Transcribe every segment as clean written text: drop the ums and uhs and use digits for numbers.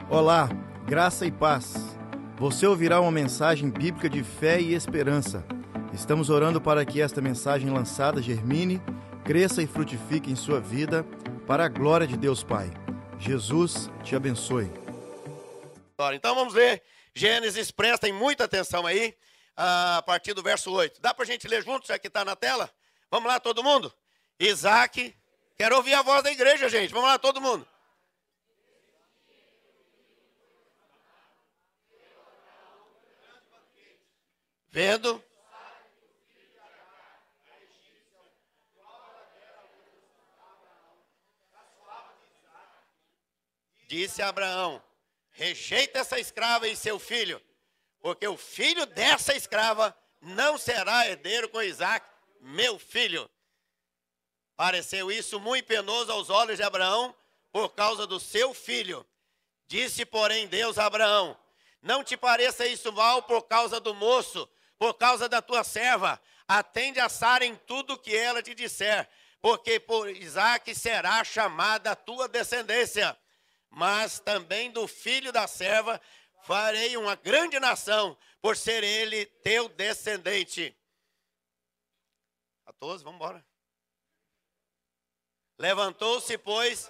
Olá, graça e paz. Você ouvirá uma mensagem bíblica de fé e esperança. Estamos orando para que esta mensagem lançada germine, cresça e frutifique em sua vida, para a glória de Deus Pai. Jesus te abençoe. Então vamos ler Gênesis, prestem muita atenção aí, a partir do verso 8. Dá para a gente ler juntos, já que está na tela? Vamos lá, todo mundo? Isaac, quero ouvir a voz da igreja, gente. Vamos lá, todo mundo. Vendo? Disse Abraão: rejeita essa escrava e seu filho, porque o filho dessa escrava não será herdeiro com Isaac, meu filho. Pareceu isso muito penoso aos olhos de Abraão por causa do seu filho. Disse, porém, Deus a Abraão: não te pareça isso mal por causa do moço, por causa da tua serva. Atende a Sara em tudo o que ela te disser, porque por Isaac será chamada a tua descendência. Mas também do filho da serva farei uma grande nação, por ser ele teu descendente. 14, vamos embora. Levantou-se, pois,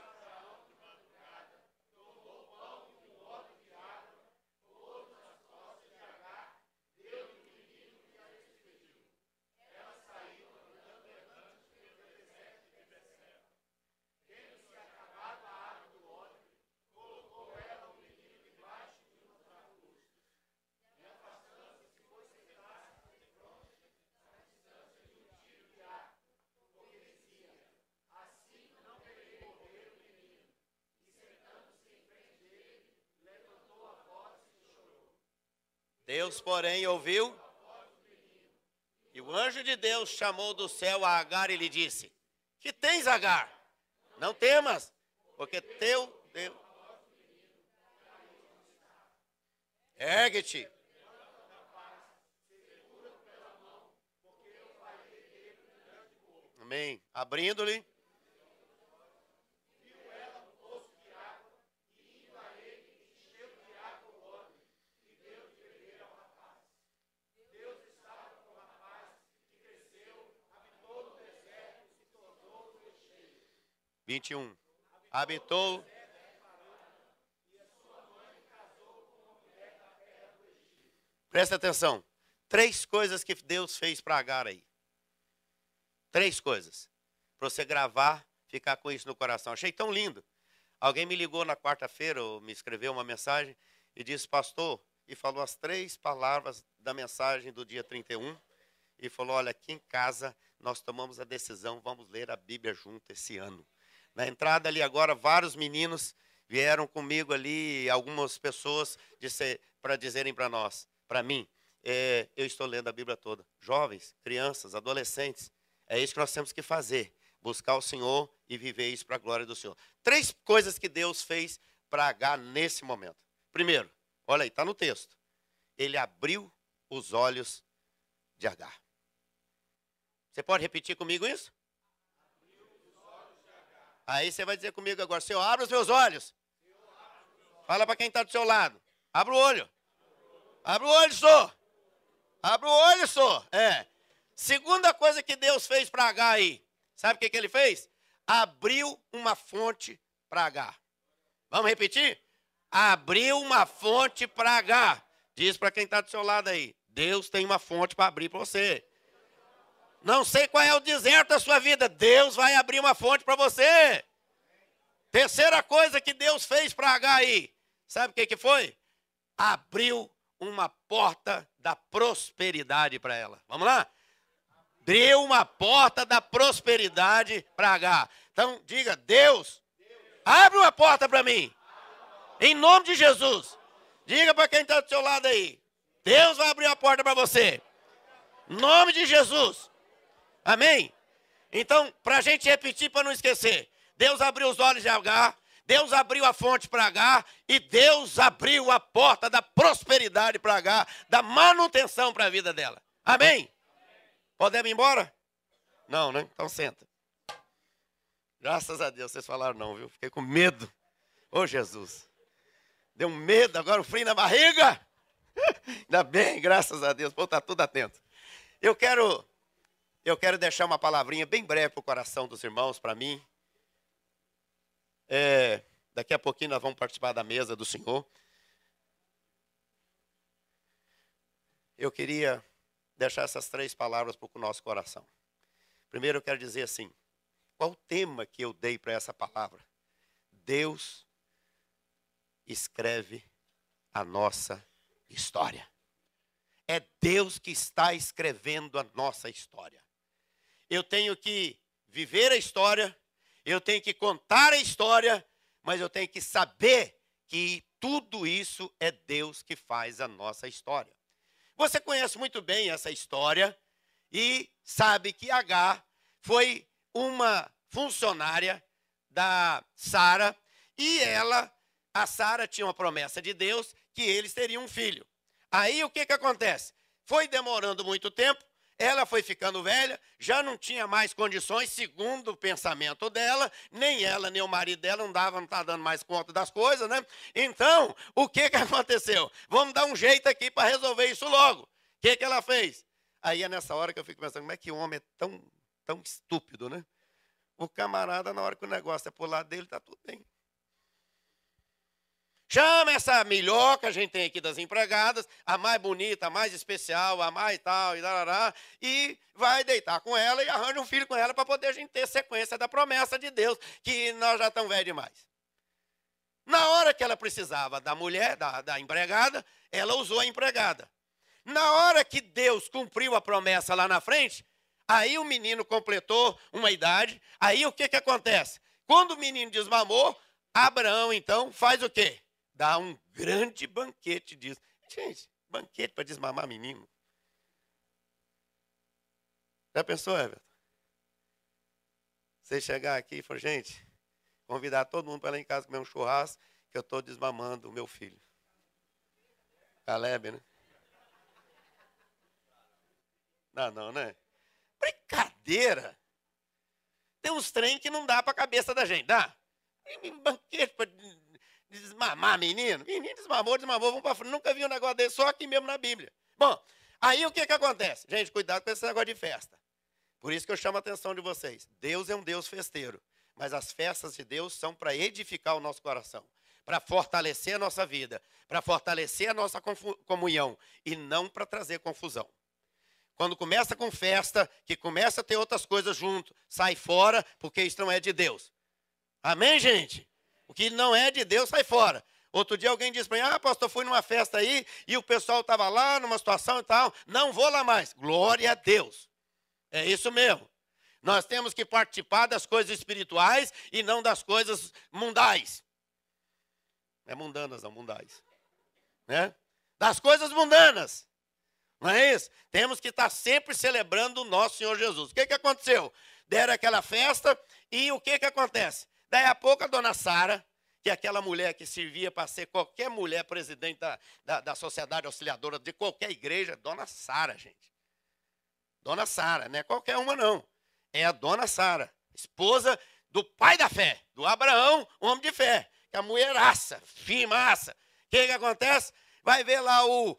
Deus, porém, ouviu, e o anjo de Deus chamou do céu a Agar e lhe disse: que tens, Agar? Não temas, porque teu Deus... Ergue-te. Amém. Abrindo-lhe. Habitou. Presta atenção. 3 coisas que Deus fez para Agar aí. 3 coisas. Para você gravar, ficar com isso no coração. Achei tão lindo. Alguém me ligou na quarta-feira, ou me escreveu uma mensagem, e disse: pastor, e falou as 3 palavras da mensagem do dia 31, e falou: olha, aqui em casa nós tomamos a decisão, vamos ler a Bíblia junto esse ano. Na entrada ali agora, vários meninos vieram comigo ali, algumas pessoas para dizerem para nós, para mim, eu estou lendo a Bíblia toda. Jovens, crianças, adolescentes, é isso que nós temos que fazer, buscar o Senhor e viver isso para a glória do Senhor. 3 coisas que Deus fez para Agar nesse momento. Primeiro, olha aí, está no texto. Ele abriu os olhos de Agar. Você pode repetir comigo isso? Aí você vai dizer comigo agora: Senhor, abre os meus olhos. Fala para quem está do seu lado. Abre o olho. Abre o olho, Senhor. Abre o olho, Senhor. Segunda coisa que Deus fez para Agar aí. Sabe o que ele fez? Abriu uma fonte para Agar. Vamos repetir? Abriu uma fonte para Agar. Diz para quem está do seu lado aí: Deus tem uma fonte para abrir para você. Não sei qual é o deserto da sua vida, Deus vai abrir uma fonte para você. Terceira coisa que Deus fez para Agar aí, sabe o que foi? Abriu uma porta da prosperidade para ela. Vamos lá? Abriu uma porta da prosperidade para Agar. Então diga: Deus, abre uma porta para mim. Em nome de Jesus. Diga para quem está do seu lado aí: Deus vai abrir uma porta para você. Em nome de Jesus. Amém? Então, para a gente repetir, para não esquecer: Deus abriu os olhos de Agar, Deus abriu a fonte para Agar, e Deus abriu a porta da prosperidade para Agar, da manutenção para a vida dela. Amém? Podemos ir embora? Não, né? Então senta. Graças a Deus vocês falaram não, viu? Fiquei com medo. Ô Jesus. Deu um medo, agora um frio na barriga. Ainda bem, graças a Deus. Pô, tá tudo atento. Eu quero deixar uma palavrinha bem breve para o coração dos irmãos, para mim. Daqui a pouquinho nós vamos participar da mesa do Senhor. Eu queria deixar essas 3 palavras para o nosso coração. Primeiro eu quero dizer assim, qual o tema que eu dei para essa palavra? Deus escreve a nossa história. É Deus que está escrevendo a nossa história. Eu tenho que viver a história, eu tenho que contar a história, mas eu tenho que saber que tudo isso é Deus que faz a nossa história. Você conhece muito bem essa história e sabe que Agar foi uma funcionária da Sara e a Sara tinha uma promessa de Deus que eles teriam um filho. Aí o que acontece? Foi demorando muito tempo, ela foi ficando velha, já não tinha mais condições, segundo o pensamento dela, nem ela, nem o marido dela não está dando mais conta das coisas, né? Então, o que aconteceu? Vamos dar um jeito aqui para resolver isso logo. O que ela fez? Aí é nessa hora que eu fico pensando, como é que o homem é tão estúpido, né? O camarada, na hora que o negócio é pro lado dele, está tudo bem. Chama essa melhor que a gente tem aqui das empregadas, a mais bonita, a mais especial, a mais tal, e vai deitar com ela e arranja um filho com ela para poder a gente ter sequência da promessa de Deus, que nós já estamos velhos demais. Na hora que ela precisava da mulher, da empregada, ela usou a empregada. Na hora que Deus cumpriu a promessa lá na frente, aí o menino completou uma idade, aí o que acontece? Quando o menino desmamou, Abraão então faz o quê? Dá um grande banquete disso. Gente, banquete para desmamar menino. Já pensou, Everton? Você chegar aqui e falar, gente, convidar todo mundo para ir lá em casa comer um churrasco, que eu estou desmamando o meu filho. Caleb, né? Não, né? Brincadeira. Tem uns trem que não dá para a cabeça da gente, dá? Banquete para desmamar menino? Menino desmamou, vamos para frente. Nunca vi um negócio desse, só aqui mesmo na Bíblia. Bom, aí o que acontece? Gente, cuidado com esse negócio de festa. Por isso que eu chamo a atenção de vocês. Deus é um Deus festeiro, mas as festas de Deus são para edificar o nosso coração, para fortalecer a nossa vida, para fortalecer a nossa comunhão e não para trazer confusão. Quando começa com festa, que começa a ter outras coisas junto, sai fora, porque isso não é de Deus. Amém, gente? O que não é de Deus, sai fora. Outro dia alguém disse para mim, pastor, fui numa festa aí, e o pessoal estava lá, numa situação e tal, não vou lá mais. Glória a Deus. É isso mesmo. Nós temos que participar das coisas espirituais e não das coisas mundais. Não é mundanas, não, mundais. Né? Das coisas mundanas. Não é isso? Temos que estar sempre celebrando o nosso Senhor Jesus. O que aconteceu? Deram aquela festa e o que acontece? Daí a pouco a dona Sara, que é aquela mulher que servia para ser qualquer mulher presidente da sociedade auxiliadora de qualquer igreja, dona Sara, gente. Dona Sara, não é qualquer uma não. É a dona Sara, esposa do pai da fé, do Abraão, homem de fé. Que a mulheraça, firmaça. O que acontece? Vai ver lá o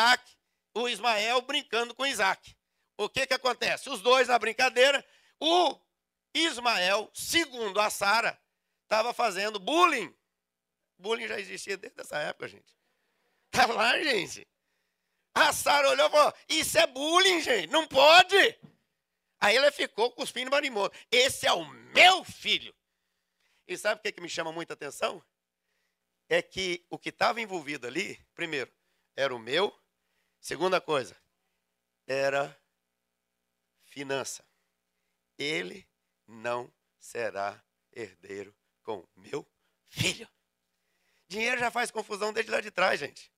Ismael brincando com Isaac. O que acontece? Os dois na brincadeira, o Ismael, segundo a Sara, estava fazendo bullying. Bullying já existia desde essa época, gente. Estava lá, gente. A Sara olhou e falou, isso é bullying, gente, não pode. Aí ela ficou cuspindo marimbondo. Esse é o meu filho. E sabe o que me chama muita atenção? É que o que estava envolvido ali, primeiro, era o meu. Segunda coisa, era finança. Ele não será herdeiro com meu filho. Dinheiro já faz confusão desde lá de trás, gente.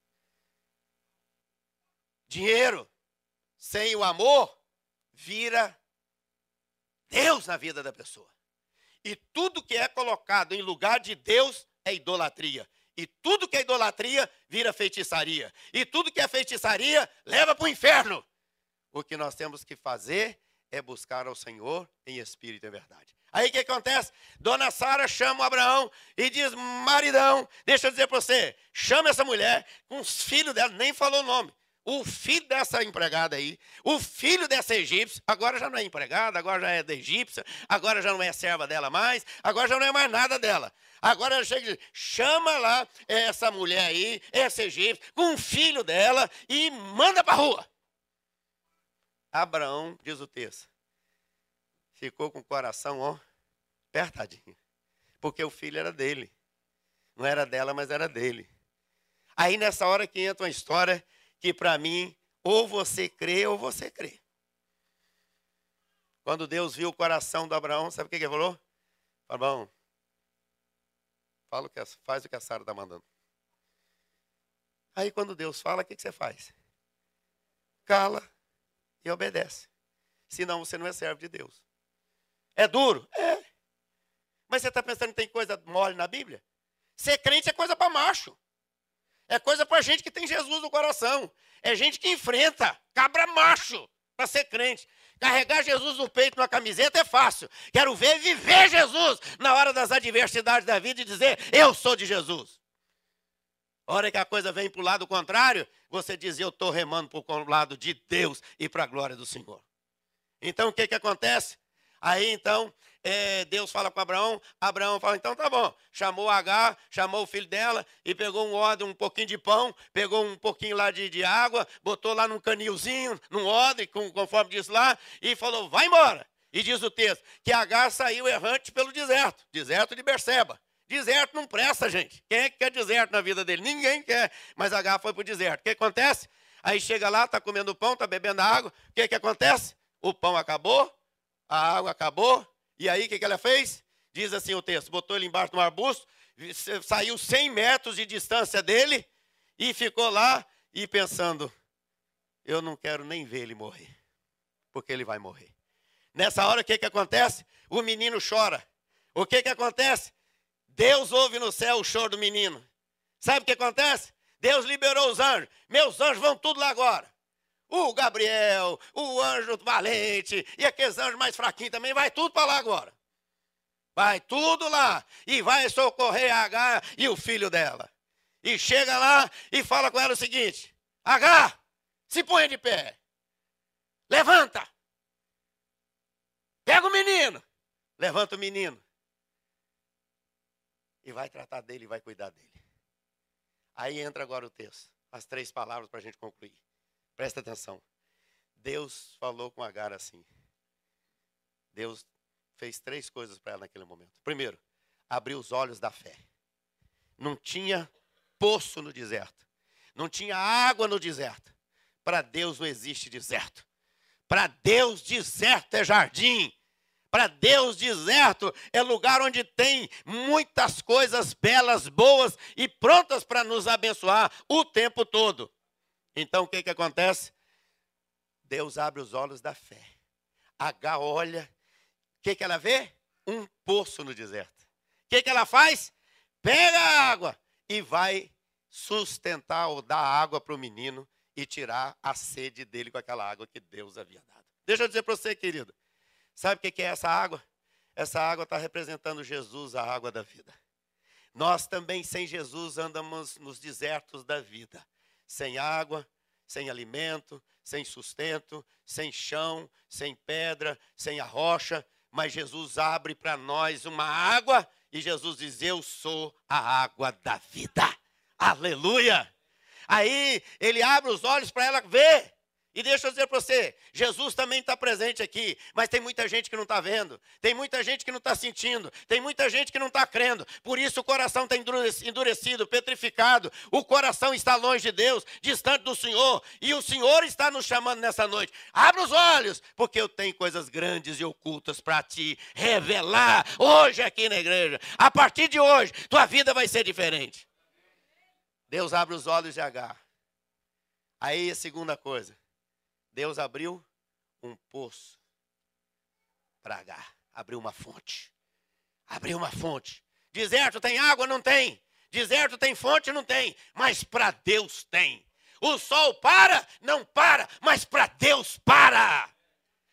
Dinheiro sem o amor vira Deus na vida da pessoa. E tudo que é colocado em lugar de Deus é idolatria. E tudo que é idolatria vira feitiçaria. E tudo que é feitiçaria leva para o inferno. O que nós temos que fazer é buscar ao Senhor em espírito e verdade. Aí o que acontece? Dona Sara chama o Abraão e diz, maridão, deixa eu dizer para você, chama essa mulher com os filhos dela, nem falou o nome. O filho dessa empregada aí, o filho dessa egípcia, agora já não é empregada, agora já é da egípcia, agora já não é serva dela mais, agora já não é mais nada dela. Agora ela chega e diz, chama lá essa mulher aí, essa egípcia, com o filho dela e manda para a rua. Abraão, diz o texto, ficou com o coração, ó, apertadinho, porque o filho era dele. Não era dela, mas era dele. Aí nessa hora que entra uma história que para mim, ou você crê ou você crê. Quando Deus viu o coração do Abraão, sabe o que ele falou? Abraão, faz o que a Sara está mandando. Aí quando Deus fala, o que você faz? Cala e obedece. Senão você não é servo de Deus. É duro? É. Mas você está pensando que tem coisa mole na Bíblia? Ser crente é coisa para macho. É coisa para gente que tem Jesus no coração. É gente que enfrenta, cabra macho, para ser crente. Carregar Jesus no peito, numa camiseta, é fácil. Quero ver viver Jesus na hora das adversidades da vida e dizer, eu sou de Jesus. A hora que a coisa vem para o lado contrário, você diz, eu estou remando para o lado de Deus e para a glória do Senhor. Então, o que acontece? Aí, então, Deus fala com Abraão, Abraão fala, então tá bom. Chamou Agar, chamou o filho dela e pegou um odre, um pouquinho de pão, pegou um pouquinho lá de água, botou lá num canilzinho, num odre, conforme diz lá, e falou, vai embora. E diz o texto, que Agar saiu errante pelo deserto, deserto de Berseba. Deserto não presta, gente. Quem é que quer deserto na vida dele? Ninguém quer, mas Agar foi para o deserto. O que acontece? Aí chega lá, está comendo pão, está bebendo água, o que acontece? O pão acabou, a água acabou, e aí o que ela fez? Diz assim o texto, botou ele embaixo de um arbusto, saiu 100 metros de distância dele, e ficou lá e pensando, eu não quero nem ver ele morrer, porque ele vai morrer. Nessa hora o que acontece? O menino chora. O que acontece? Deus ouve no céu o choro do menino. Sabe o que acontece? Deus liberou os anjos. Meus anjos vão tudo lá agora. O Gabriel, o anjo valente e aqueles anjos mais fraquinhos também, vai tudo para lá agora. Vai tudo lá. E vai socorrer a Agar e o filho dela. E chega lá e fala com ela o seguinte, Agar, se põe de pé. Levanta. Pega o menino. Levanta o menino. E vai tratar dele e vai cuidar dele. Aí entra agora o texto. As 3 palavras para a gente concluir. Presta atenção. Deus falou com Agar assim. Deus fez 3 coisas para ela naquele momento. Primeiro, abriu os olhos da fé. Não tinha poço no deserto. Não tinha água no deserto. Para Deus não existe deserto. Para Deus, deserto é jardim. Para Deus, deserto é lugar onde tem muitas coisas belas, boas e prontas para nos abençoar o tempo todo. Então, o que acontece? Deus abre os olhos da fé. Agar olha, o que ela vê? Um poço no deserto. O que ela faz? Pega a água e vai sustentar ou dar água para o menino e tirar a sede dele com aquela água que Deus havia dado. Deixa eu dizer para você, querido. Sabe o que é essa água? Essa água está representando Jesus, a água da vida. Nós também, sem Jesus, andamos nos desertos da vida. Sem água, sem alimento, sem sustento, sem chão, sem pedra, sem a rocha. Mas Jesus abre para nós uma água e Jesus diz, eu sou a água da vida. Aleluia! Aí ele abre os olhos para ela ver. E deixa eu dizer para você, Jesus também está presente aqui, mas tem muita gente que não está vendo, tem muita gente que não está sentindo, tem muita gente que não está crendo, por isso o coração está endurecido, petrificado, o coração está longe de Deus, distante do Senhor, e o Senhor está nos chamando nessa noite. Abra os olhos, porque eu tenho coisas grandes e ocultas para te revelar hoje aqui na igreja. A partir de hoje, tua vida vai ser diferente. Deus abre os olhos de Agar. Aí a segunda coisa. Deus abriu um poço para Agar. Abriu uma fonte. Abriu uma fonte. Deserto tem água? Não tem. Deserto tem fonte? Não tem. Mas para Deus tem. O sol para? Não para. Mas para Deus para.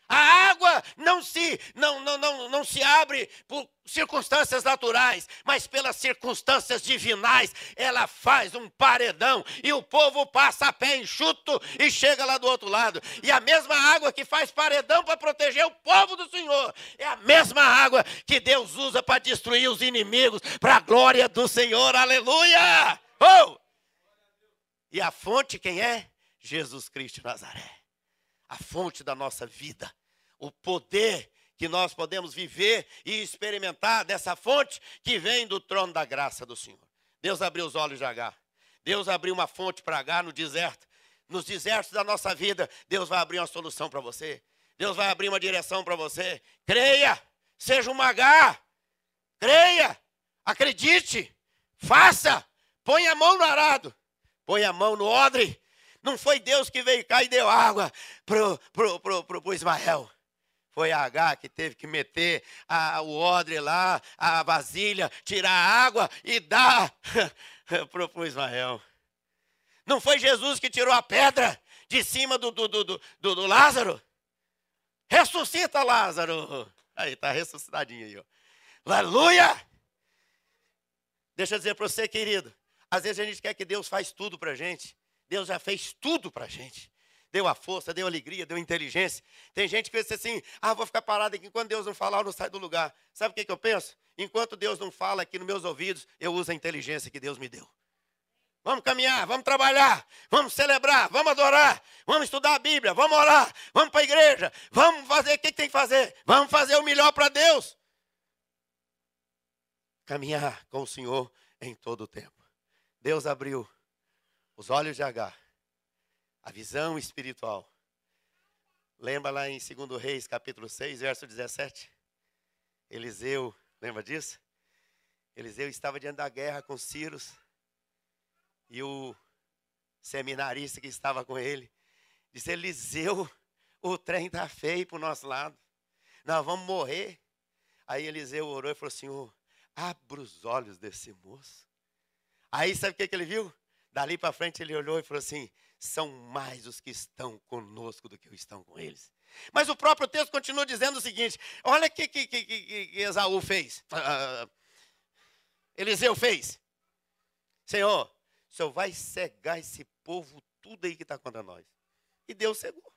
A água não se abre por circunstâncias naturais, mas pelas circunstâncias divinais. Ela faz um paredão e o povo passa a pé enxuto e chega lá do outro lado. E a mesma água que faz paredão para proteger o povo do Senhor é a mesma água que Deus usa para destruir os inimigos, para a glória do Senhor. Aleluia! Oh! E a fonte quem é? Jesus Cristo de Nazaré. A fonte da nossa vida. O poder que nós podemos viver e experimentar dessa fonte que vem do trono da graça do Senhor. Deus abriu os olhos de Agar. Deus abriu uma fonte para Agar no deserto. Nos desertos da nossa vida, Deus vai abrir uma solução para você. Deus vai abrir uma direção para você. Creia, seja uma Agar. Creia, acredite, faça. Põe a mão no arado, põe a mão no odre. Não foi Deus que veio cá e deu água pro Ismael. Foi a Agar que teve que meter o odre lá, a vasilha, tirar a água e dar pro Ismael. Não foi Jesus que tirou a pedra de cima do Lázaro? Ressuscita, Lázaro. Aí, tá ressuscitadinho aí, ó. Aleluia! Deixa eu dizer para você, querido. Às vezes a gente quer que Deus faz tudo para a gente. Deus já fez tudo para a gente. Deu a força, deu a alegria, deu a inteligência. Tem gente que pensa assim, vou ficar parado aqui. Enquanto Deus não falar, eu não saio do lugar. Sabe o que eu penso? Enquanto Deus não fala aqui nos meus ouvidos, eu uso a inteligência que Deus me deu. Vamos caminhar, vamos trabalhar, vamos celebrar, vamos adorar, vamos estudar a Bíblia, vamos orar, vamos para a igreja, vamos fazer o que tem que fazer, vamos fazer o melhor para Deus. Caminhar com o Senhor em todo o tempo. Deus abriu os olhos de Agar, a visão espiritual. Lembra lá em 2 Reis, capítulo 6, verso 17? Eliseu, lembra disso? Eliseu estava diante da guerra com Círios. E o seminarista que estava com ele disse, Eliseu, o trem está feio para o nosso lado. Nós vamos morrer. Aí Eliseu orou e falou, Senhor, abra os olhos desse moço. Aí sabe o que ele viu? Dali para frente ele olhou e falou assim, são mais os que estão conosco do que os que estão com eles. Mas o próprio texto continua dizendo o seguinte, olha o que Esaú fez. Eliseu fez. Senhor, o Senhor vai cegar esse povo tudo aí que está contra nós. E Deus cegou.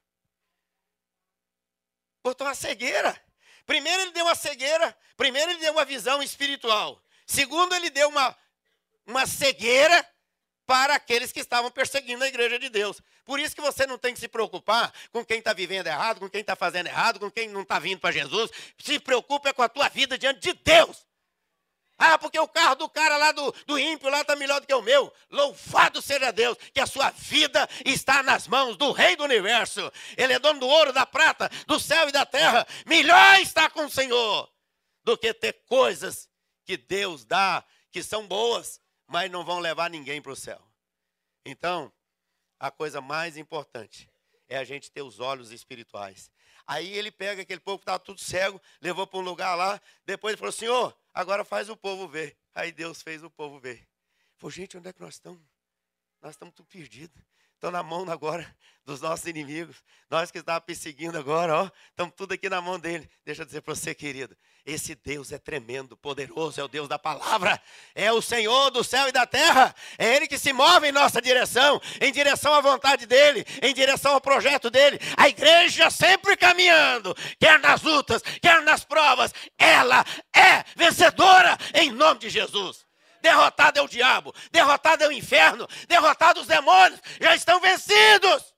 Botou uma cegueira. Primeiro ele deu uma cegueira. Primeiro ele deu uma visão espiritual. Segundo ele deu uma cegueira para aqueles que estavam perseguindo a igreja de Deus. Por isso que você não tem que se preocupar com quem está vivendo errado, com quem está fazendo errado, com quem não está vindo para Jesus. Se preocupe com a tua vida diante de Deus. Porque o carro do cara lá do ímpio lá está melhor do que o meu. Louvado seja Deus, que a sua vida está nas mãos do Rei do Universo. Ele é dono do ouro, da prata, do céu e da terra. Melhor estar com o Senhor do que ter coisas que Deus dá, que são boas, mas não vão levar ninguém para o céu. Então, a coisa mais importante é a gente ter os olhos espirituais. Aí ele pega aquele povo que estava tudo cego, levou para um lugar lá, depois ele falou, Senhor, agora faz o povo ver. Aí Deus fez o povo ver. Falei, gente, onde é que nós estamos? Nós estamos tudo perdidos. Estão na mão agora dos nossos inimigos. Nós que estávamos perseguindo agora, estamos tudo aqui na mão dele. Deixa eu dizer para você, querido, esse Deus é tremendo, poderoso, é o Deus da palavra. É o Senhor do céu e da terra. É Ele que se move em nossa direção, em direção à vontade dele, em direção ao projeto dele. A igreja sempre caminhando, quer nas lutas, quer nas provas. Ela é vencedora em nome de Jesus. Derrotado é o diabo, derrotado é o inferno, derrotado os demônios, já estão vencidos.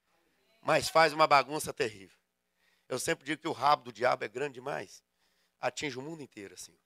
Mas faz uma bagunça terrível. Eu sempre digo que o rabo do diabo é grande demais. Atinge o mundo inteiro assim.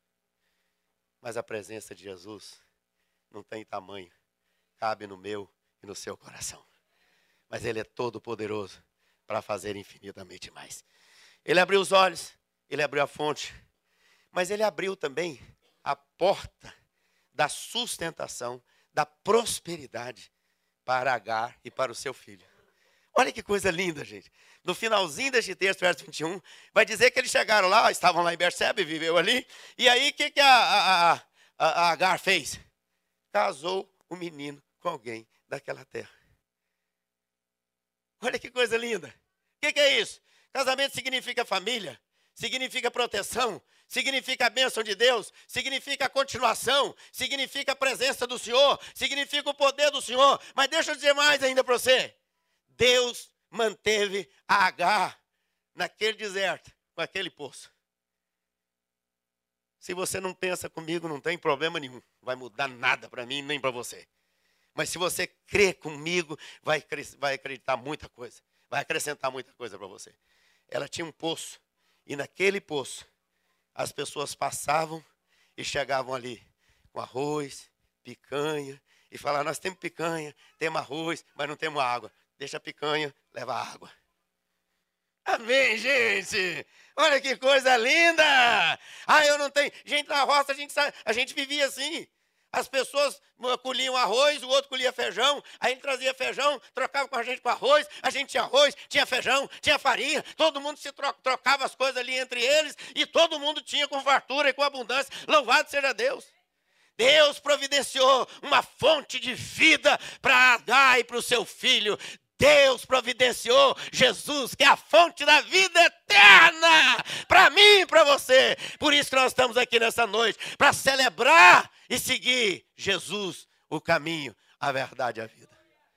Mas a presença de Jesus não tem tamanho. Cabe no meu e no seu coração. Mas Ele é todo poderoso para fazer infinitamente mais. Ele abriu os olhos, Ele abriu a fonte. Mas Ele abriu também a porta da sustentação, da prosperidade para Agar e para o seu filho. Olha que coisa linda, gente. No finalzinho deste texto, verso 21, vai dizer que eles chegaram lá, estavam lá em Berseba, viveu ali. E aí, o que a Agar fez? Casou o menino com alguém daquela terra. Olha que coisa linda. O que é isso? Casamento significa família, significa proteção, significa a bênção de Deus, significa a continuação, significa a presença do Senhor, significa o poder do Senhor. Mas deixa eu dizer mais ainda para você. Deus manteve a Agar naquele deserto, com aquele poço. Se você não pensa comigo, não tem problema nenhum. Não vai mudar nada para mim, nem para você. Mas se você crê comigo, vai acreditar muita coisa. Vai acrescentar muita coisa para você. Ela tinha um poço. E naquele poço, as pessoas passavam e chegavam ali com arroz, picanha. E falavam, nós temos picanha, temos arroz, mas não temos água. Deixa a picanha, leva a água. Amém, gente? Olha que coisa linda! Ah, eu não tenho... Gente, na roça a gente vivia assim. As pessoas colhiam arroz, o outro colhia feijão, aí ele trazia feijão, trocava com a gente com arroz, a gente tinha arroz, tinha feijão, tinha farinha, todo mundo se trocava as coisas ali entre eles e todo mundo tinha com fartura e com abundância. Louvado seja Deus! Deus providenciou uma fonte de vida para Agar e para o seu filho. Deus providenciou Jesus, que é a fonte da vida eterna, para mim e para você. Por isso que nós estamos aqui nessa noite, para celebrar e seguir Jesus, o caminho, a verdade e a vida.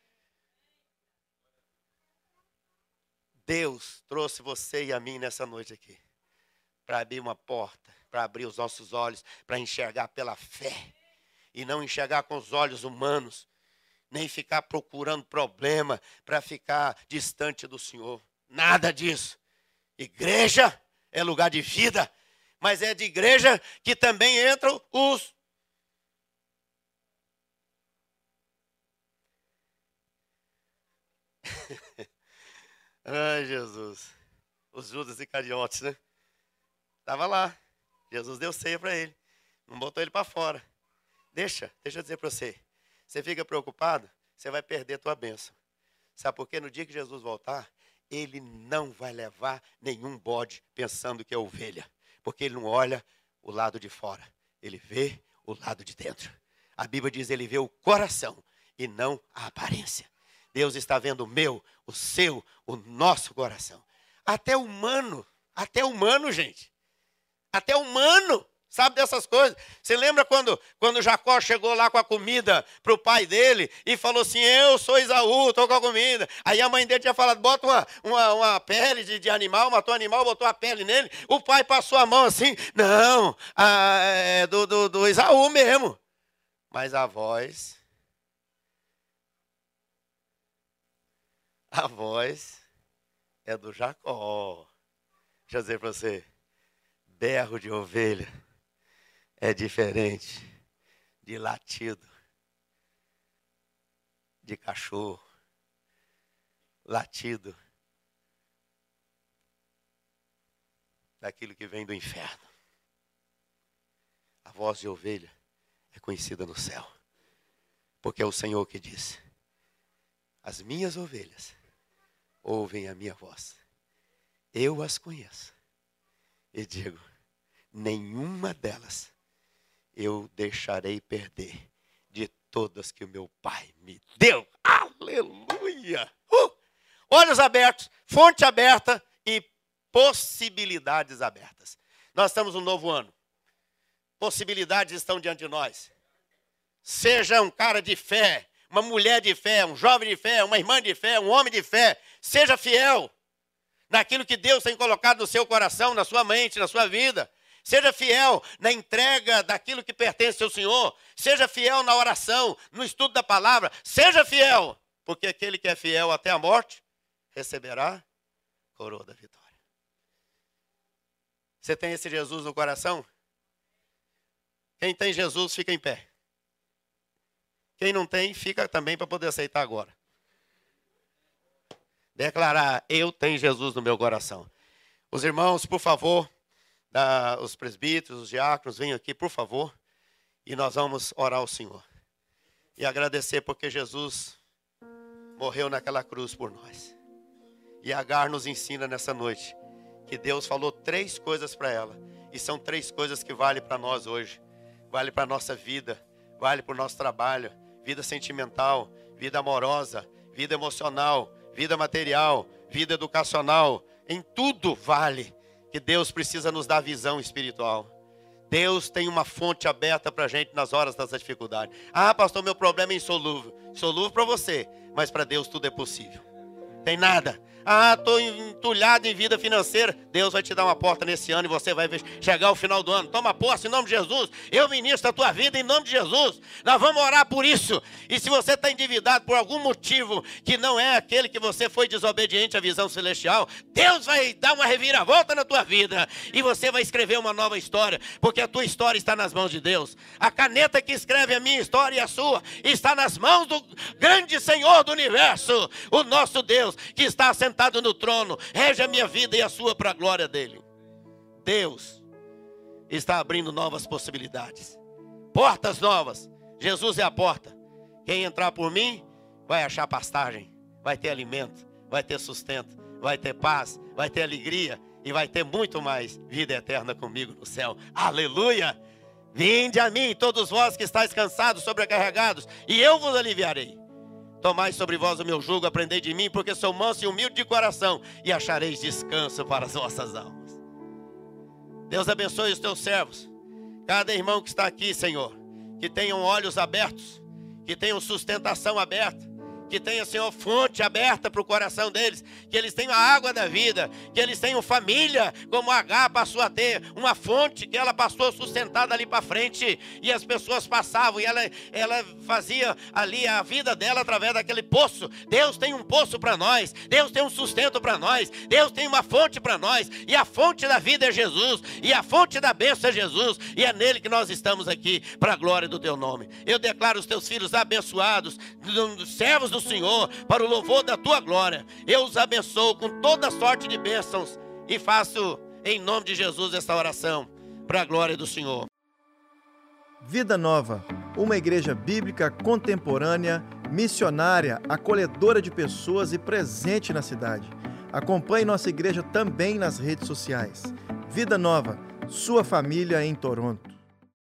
Deus trouxe você e a mim nessa noite aqui, para abrir uma porta, para abrir os nossos olhos, para enxergar pela fé, e não enxergar com os olhos humanos, nem ficar procurando problema para ficar distante do Senhor. Nada disso. Igreja é lugar de vida, mas é de igreja que também entram os... Ai, Jesus. Os Judas Iscariotes, né? Estava lá. Jesus deu ceia para ele. Não botou ele para fora. Deixa eu dizer para você. Você fica preocupado, você vai perder a tua bênção. Sabe por quê? No dia que Jesus voltar, ele não vai levar nenhum bode pensando que é ovelha. Porque ele não olha o lado de fora. Ele vê o lado de dentro. A Bíblia diz, ele vê o coração e não a aparência. Deus está vendo o meu, o seu, o nosso coração. Até humano, gente. Até humano. Sabe dessas coisas? Você lembra quando Jacó chegou lá com a comida para o pai dele e falou assim, eu sou Esaú, estou com a comida. Aí a mãe dele tinha falado, bota uma pele de animal, matou o animal, botou a pele nele. O pai passou a mão assim, não, é do Esaú mesmo. Mas a voz é do Jacó. Deixa eu dizer para você, berro de ovelha é diferente de latido de cachorro, latido daquilo que vem do inferno. A voz de ovelha é conhecida no céu, porque é o Senhor que diz, as minhas ovelhas ouvem a minha voz, eu as conheço e digo, nenhuma delas eu deixarei perder de todas que o meu Pai me deu. Aleluia! Olhos abertos, fonte aberta e possibilidades abertas. Nós estamos num novo ano. Possibilidades estão diante de nós. Seja um cara de fé, uma mulher de fé, um jovem de fé, uma irmã de fé, um homem de fé. Seja fiel naquilo que Deus tem colocado no seu coração, na sua mente, na sua vida. Seja fiel na entrega daquilo que pertence ao Senhor. Seja fiel na oração, no estudo da palavra. Seja fiel, porque aquele que é fiel até a morte receberá coroa da vitória. Você tem esse Jesus no coração? Quem tem Jesus, fica em pé. Quem não tem, fica também para poder aceitar agora. Declarar, eu tenho Jesus no meu coração. Os irmãos, por favor, os presbíteros, os diáconos, venham aqui, por favor, e nós vamos orar ao Senhor. E agradecer porque Jesus morreu naquela cruz por nós. E Agar nos ensina nessa noite que Deus falou 3 coisas para ela. E são 3 coisas que valem para nós hoje. Vale para a nossa vida, vale para o nosso trabalho, vida sentimental, vida amorosa, vida emocional, vida material, vida educacional, Em tudo vale que Deus precisa nos dar visão espiritual. Deus tem uma fonte aberta para a gente nas horas das dificuldades. Ah, pastor, meu problema é insolúvel. Insolúvel para você, mas para Deus tudo é possível. Tem nada. Ah, estou entulhado em vida financeira. Deus vai te dar uma porta nesse ano e você vai chegar ao final do ano. Toma posse em nome de Jesus. Eu ministro a tua vida em nome de Jesus. Nós vamos orar por isso. E se você está endividado por algum motivo que não é aquele que você foi desobediente à visão celestial, Deus vai dar uma reviravolta na tua vida. E você vai escrever uma nova história. Porque a tua história está nas mãos de Deus. A caneta que escreve a minha história e a sua está nas mãos do grande Senhor do universo. O nosso Deus que está sentado no trono, rege a minha vida e a sua para a glória dele. Deus está abrindo novas possibilidades, portas novas. Jesus é a porta. Quem entrar por mim vai achar pastagem, vai ter alimento, vai ter sustento, vai ter paz, vai ter alegria e vai ter muito mais vida eterna comigo no céu. Aleluia! Vinde a mim, todos vós que estáis cansados, sobrecarregados, e eu vos aliviarei. Tomai sobre vós o meu jugo, aprendei de mim, porque sou manso e humilde de coração, e achareis descanso para as vossas almas. Deus abençoe os teus servos. Cada irmão que está aqui, Senhor, que tenham olhos abertos, que tenham sustentação aberta, que tenha, Senhor, fonte aberta para o coração deles, que eles tenham a água da vida, que eles tenham família, como H passou a ter, uma fonte que ela passou sustentada ali para frente, e as pessoas passavam, e ela fazia ali a vida dela através daquele poço. Deus tem um poço para nós, Deus tem um sustento para nós, Deus tem uma fonte para nós, e a fonte da vida é Jesus, e a fonte da bênção é Jesus, e é nele que nós estamos aqui, para a glória do teu nome. Eu declaro os teus filhos abençoados, servos do Senhor, para o louvor da tua glória. Eu os abençoo com toda sorte de bênçãos e faço em nome de Jesus essa oração para a glória do Senhor. Vida Nova, uma igreja bíblica contemporânea, missionária, acolhedora de pessoas e presente na cidade. Acompanhe nossa igreja também nas redes sociais. Vida Nova, sua família em Toronto.